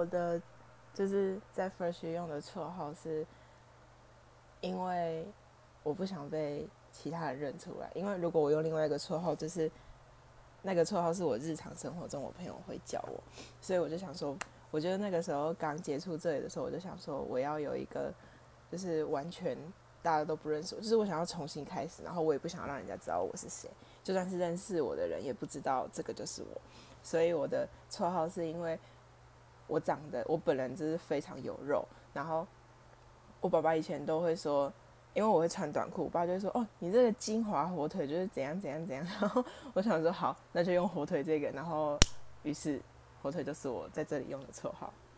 的就是在 First 用的绰号是因为我不想被其他人认出来，因为如果我用另外一个绰号，就是那个绰号是我日常生活中我朋友会叫我，所以我就想说，我觉得那个时候刚接触这里的时候，我就想说我要有一个就是完全大家都不认识我，就是我想要重新开始，然后我也不想让人家知道我是谁，就算是认识我的人也不知道这个就是我，所以我的绰号是因为我本人就是非常有肉，然后我爸爸以前都会说，因为我会穿短裤，我爸就会说：“哦，你这个金华火腿就是怎样怎样怎样。”然后我想说好，那就用火腿这个，然后于是火腿就是我在这里用的绰号。